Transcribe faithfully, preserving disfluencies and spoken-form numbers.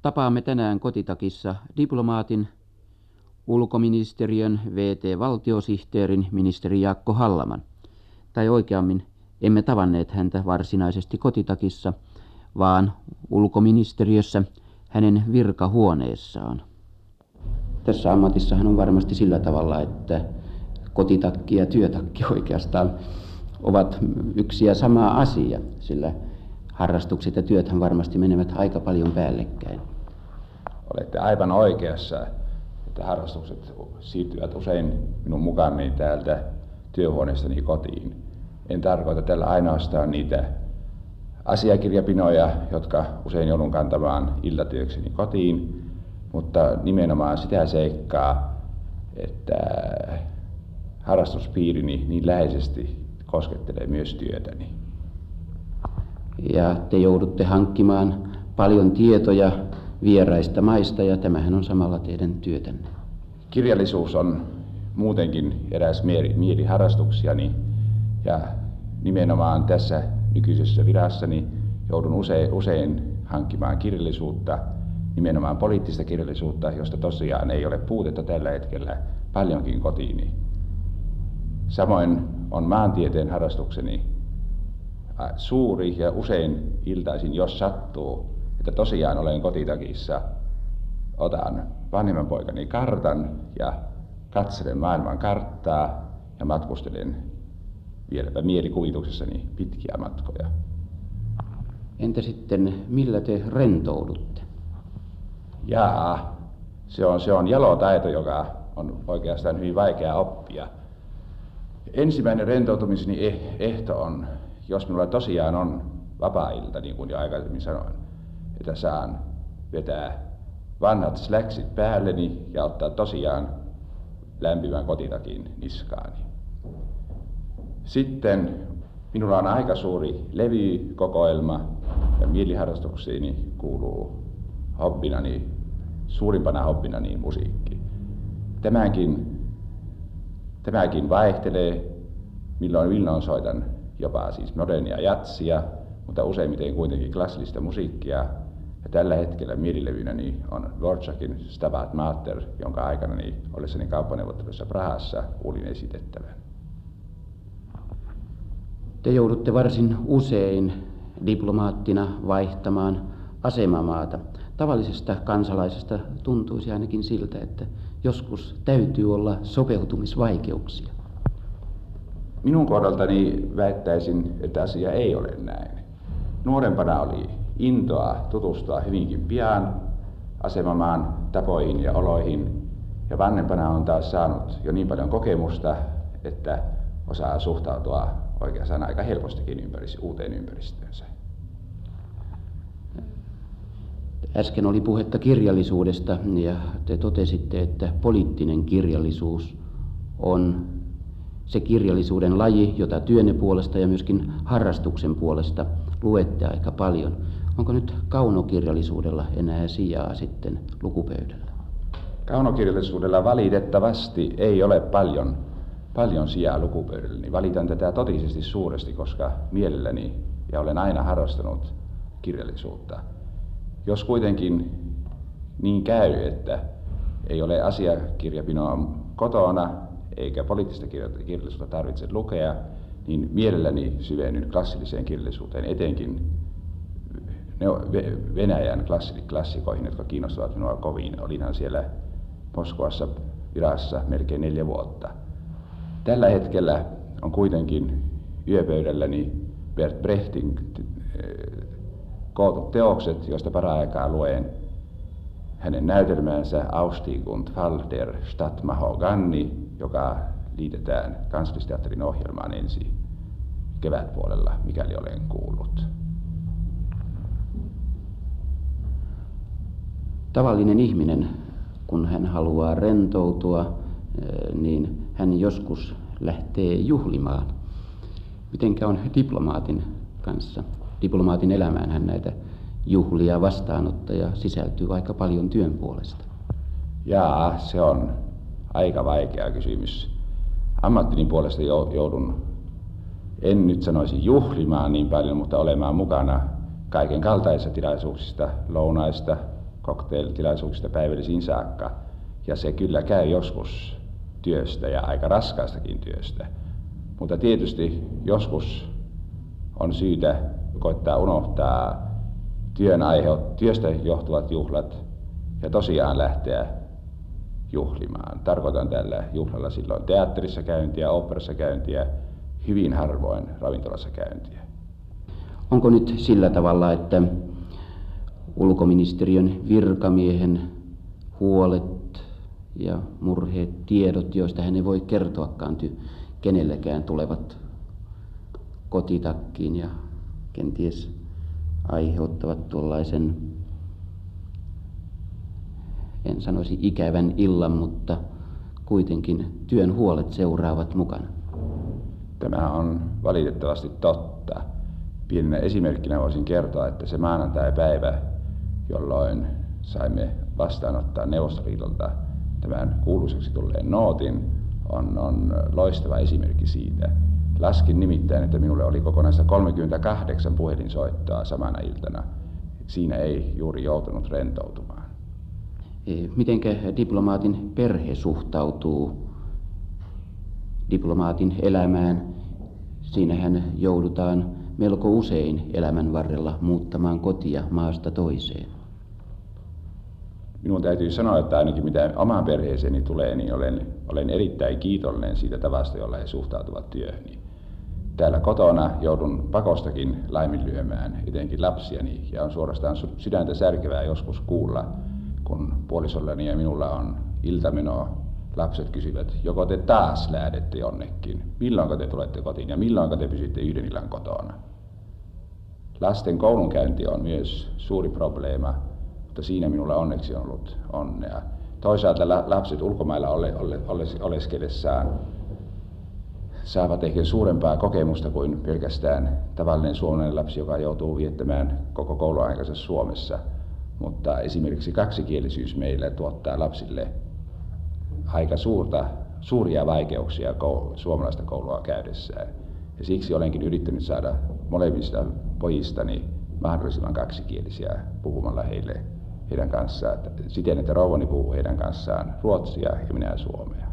Tapaamme tänään kotitakissa diplomaatin, ulkoministeriön V T-valtiosihteerin ministeri Jaakko Hallaman. Tai oikeammin, emme tavanneet häntä varsinaisesti kotitakissa, vaan ulkoministeriössä hänen virkahuoneessaan. Tässä ammatissa hän on varmasti sillä tavalla, että kotitakki ja työtakki oikeastaan ovat yksi ja sama asia, sillä harrastukset ja työthän varmasti menevät aika paljon päällekkäin. Olette aivan oikeassa, että harrastukset siirtyvät usein minun mukani täältä työhuoneestani kotiin. En tarkoita tällä ainoastaan niitä asiakirjapinoja, jotka usein joudun kantamaan iltatyökseni kotiin, mutta nimenomaan sitä seikkaa, että harrastuspiirini niin läheisesti koskettelee myös työtäni. Ja te joudutte hankkimaan paljon tietoja vieraista maista, ja tämähän on samalla teidän työtänne. Kirjallisuus on muutenkin eräs mieliharrastuksiani, ja nimenomaan tässä nykyisessä virassani joudun usein, usein hankkimaan kirjallisuutta, nimenomaan poliittista kirjallisuutta, josta tosiaan ei ole puutetta tällä hetkellä paljonkin kotiini. Samoin on maantieteen harrastukseni suuri, ja usein iltaisin, jos sattuu, että tosiaan olen kotitakissa, otan vanhemman poikani kartan ja katselen maailman karttaa ja matkustelen vieläpä mielikuvituksessani pitkiä matkoja. Entä sitten, millä te rentoudutte? Jaa, se on, se on jalo taito, joka on oikeastaan hyvin vaikea oppia. Ensimmäinen rentoutumiseni ehto on, jos minulla tosiaan on vapaa-ilta, niin kuin jo aikaisemmin sanoin, että saan vetää vanhat släksit päälleni ja ottaa tosiaan lämpimän kotitakin niskaani. Sitten minulla on aika suuri levykokoelma ja mieliharrastuksiini kuuluu hobbinani, suurimpana hobbinani musiikki. Tämäkin, tämäkin vaihtelee, milloin milloin soitan jopa siis modernia jatsia, mutta useimmiten kuitenkin klassillista musiikkia. Ja tällä hetkellä mielilevynäni on Dvorakin Stabat Mater, jonka aikanani ollessani kauppaneuvottelussa Prahassa kuulin esitettävän. Te joudutte varsin usein diplomaattina vaihtamaan asemamaata. Tavallisesta kansalaisesta tuntuisi ainakin siltä, että joskus täytyy olla sopeutumisvaikeuksia. Minun kohdaltani väittäisin, että asia ei ole näin. Nuorempana oli intoa tutustua hyvinkin pian asemamaan tapoihin ja oloihin, ja vanhempana on taas saanut jo niin paljon kokemusta, että osaa suhtautua oikeastaan aika helpostikin ympäris, uuteen ympäristöönsä. Äsken oli puhetta kirjallisuudesta, ja te totesitte, että poliittinen kirjallisuus on se kirjallisuuden laji, jota työnne puolesta ja myöskin harrastuksen puolesta luette aika paljon. Onko nyt kaunokirjallisuudella enää sijaa sitten lukupöydällä? Kaunokirjallisuudella valitettavasti ei ole paljon, paljon sijaa lukupöydällä. Niin valitan tätä totisesti suuresti, koska mielelläni ja olen aina harrastanut kirjallisuutta. Jos kuitenkin niin käy, että ei ole asiakirjapinoa kotona, eikä poliittista kirjallisuutta tarvitse lukea, niin mielelläni syvennyn klassilliseen kirjallisuuteen, etenkin Venäjän klassikoihin, jotka kiinnostavat minua kovin. Olinhan siellä Moskovassa virassa melkein neljä vuotta. Tällä hetkellä on kuitenkin yöpöydälläni Bert Brechtin kootut teokset, joista paraikaa luen hänen näytelmäänsä Ausstieg und Fall der Stadt Mahogany, joka liitetään Kansallisteatterin ohjelmaan ensi kevätpuolella, mikäli olen kuullut. Tavallinen ihminen, kun hän haluaa rentoutua, niin hän joskus lähtee juhlimaan. Mitenkä on diplomaatin kanssa? Diplomaatin elämään hän näitä juhlia vastaanottaja sisältyy aika paljon työn puolesta. Jaa, se on aika vaikea kysymys. Ammattini puolesta joudun, en nyt sanoisi juhlimaan niin paljon, mutta olemaan mukana kaiken kaltaisissa tilaisuuksista, lounaista, cocktailtilaisuuksista päivällisiin saakka. Ja se kyllä käy joskus työstä ja aika raskaastakin työstä. Mutta tietysti joskus on syytä koittaa unohtaa työn aihe, työstä johtuvat juhlat ja tosiaan lähteä juhlimaan. Tarkoitan tällä juhlalla silloin teatterissa käyntiä, oopperassa käyntiä, hyvin harvoin ravintolassa käyntiä. Onko nyt sillä tavalla, että ulkoministeriön virkamiehen huolet ja murheet, tiedot, joista hän ei voi kertoakaan ty- kenellekään, tulevat kotitakkiin ja kenties aiheuttavat tuollaisen, en sanoisi ikävän illan, mutta kuitenkin työn huolet seuraavat mukana? Tämä on valitettavasti totta. Pienenä esimerkkinä voisin kertoa, että se maanantai-päivä, jolloin saimme vastaanottaa Neuvostoliitolta tämän kuuluisaksi tulleen nootin, on, on loistava esimerkki siitä. Laskin nimittäin, että minulle oli kokonaista kolmekymmentäkahdeksan puhelinsoittoa samana iltana. Siinä ei juuri joutunut rentoutumaan. Mitenkä diplomaatin perhe suhtautuu diplomaatin elämään? Siinähän joudutaan melko usein elämän varrella muuttamaan kotia maasta toiseen. Minun täytyy sanoa, että ainakin mitä omaan perheeseeni tulee, niin olen, olen erittäin kiitollinen siitä tavasta, jolla he suhtautuvat työhöni. Täällä kotona joudun pakostakin laiminlyömään etenkin lapsiani, ja on suorastaan sydäntä särkevää joskus kuulla, kun puolisollani ja minulla on iltameno. Lapset kysyvät, joko te taas lähdette jonnekin, milloinko te tulette kotiin ja milloinko te pysytte yhden illan kotona. Lasten koulunkäynti on myös suuri probleema, mutta siinä minulla onneksi on ollut onnea. Toisaalta lapset ulkomailla ole, ole, ole, oleskelessaan saavat ehkä suurempaa kokemusta kuin pelkästään tavallinen suomalainen lapsi, joka joutuu viettämään koko kouluaikansa Suomessa. Mutta esimerkiksi kaksikielisyys meillä tuottaa lapsille aika suurta, suuria vaikeuksia koulu, suomalaista koulua käydessään. Ja siksi olenkin yrittänyt saada molemmista pojistani mahdollisimman kaksikielisiä puhumalla heille heidän kanssaan, siten että rouvani puhuu heidän kanssaan ruotsia ja minä suomea.